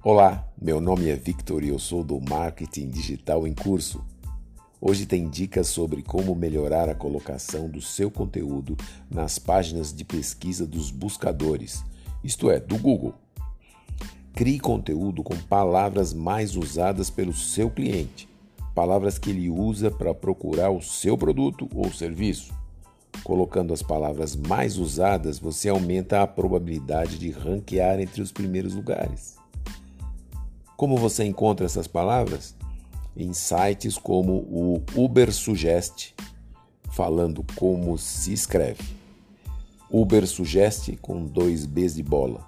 Olá, meu nome é Victor e eu sou do Marketing Digital em Curso. Hoje tem dicas sobre como melhorar a colocação do seu conteúdo nas páginas de pesquisa dos buscadores, isto é, do Google. Crie conteúdo com palavras mais usadas pelo seu cliente, palavras que ele usa para procurar o seu produto ou serviço. Colocando as palavras mais usadas, você aumenta a probabilidade de ranquear entre os primeiros lugares. Como você encontra essas palavras? Em sites como o Ubersuggest, falando como se escreve. Ubersuggest com 2 Bs de bola.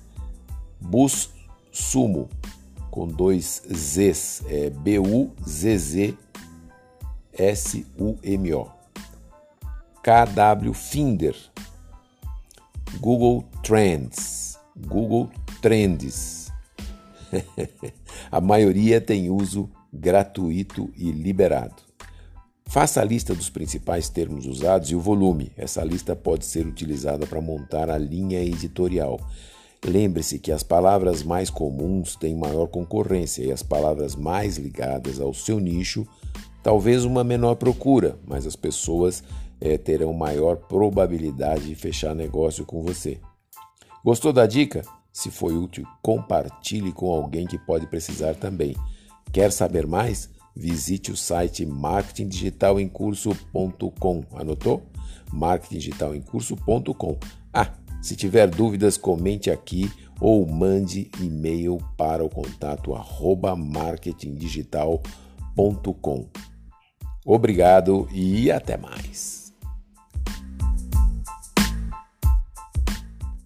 BuzzSumo com 2 Zs, é BuzzSumo. KW Finder, Google Trends, Google Trends. A maioria tem uso gratuito e liberado. Faça a lista dos principais termos usados e o volume. Essa lista pode ser utilizada para montar a linha editorial. Lembre-se que as palavras mais comuns têm maior concorrência e as palavras mais ligadas ao seu nicho, talvez uma menor procura, mas as pessoas terão maior probabilidade de fechar negócio com você. Gostou da dica? Se foi útil, compartilhe com alguém que pode precisar também. Quer saber mais? Visite o site marketingdigitalemcurso.com. Anotou? marketingdigitalemcurso.com. Se tiver dúvidas, comente aqui ou mande e-mail para o contato @marketingdigital.com. Obrigado e até mais.